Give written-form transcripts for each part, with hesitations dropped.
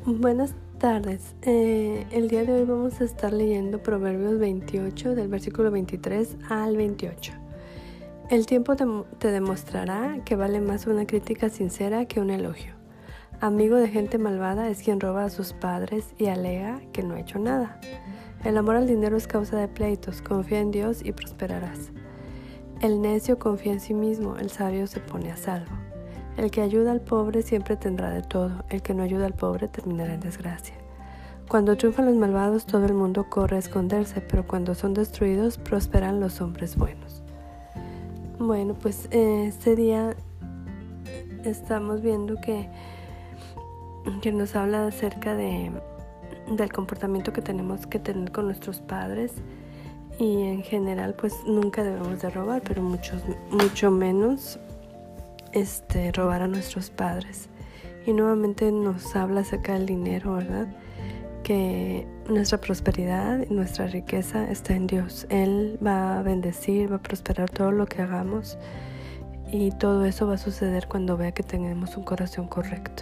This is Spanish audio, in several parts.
Buenas tardes. El día de hoy vamos a estar leyendo Proverbios 28 del versículo 23 al 28. El tiempo te demostrará que vale más una crítica sincera que un elogio. Amigo de gente malvada es quien roba a sus padres y alega que no ha hecho nada. El amor al dinero es causa de pleitos. Confía en Dios y prosperarás. El necio confía en sí mismo, el sabio se pone a salvo. El que ayuda al pobre siempre tendrá de todo, el que no ayuda al pobre terminará en desgracia. Cuando triunfan los malvados, todo el mundo corre a esconderse, pero cuando son destruidos, prosperan los hombres buenos. Bueno, pues este día estamos viendo que nos habla acerca del comportamiento que tenemos que tener con nuestros padres. Y en general, pues nunca debemos de robar, pero mucho menos robar a nuestros padres. Y nuevamente nos habla acerca del dinero, ¿verdad? Que nuestra prosperidad y nuestra riqueza está en Dios. Él va a bendecir, va a prosperar todo lo que hagamos. Y todo eso va a suceder cuando vea que tenemos un corazón correcto.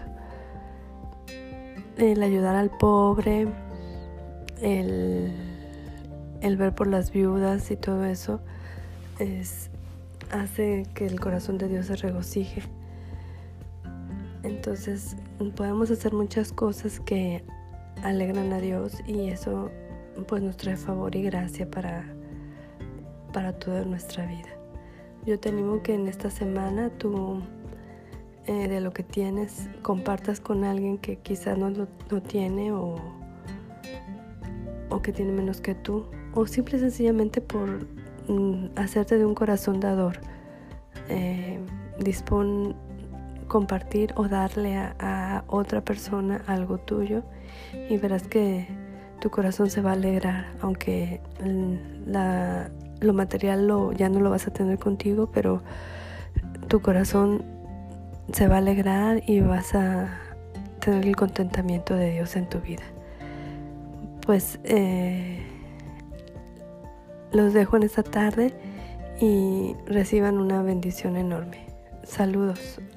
El ayudar al pobre, el ver por las viudas y todo eso hace que el corazón de Dios se regocije. Entonces podemos hacer muchas cosas que alegran a Dios y eso pues nos trae favor y gracia para toda nuestra vida. Yo te animo que en esta semana tú de lo que tienes compartas con alguien que quizás no lo tiene o que tiene menos que tú, o simple y sencillamente por hacerte de un corazón dador. Dispón compartir o darle a otra persona algo tuyo y verás que tu corazón se va a alegrar, aunque lo material ya no lo vas a tener contigo, pero tu corazón se va a alegrar y vas a tener el contentamiento de Dios en tu vida. Pues los dejo en esta tarde y reciban una bendición enorme. Saludos.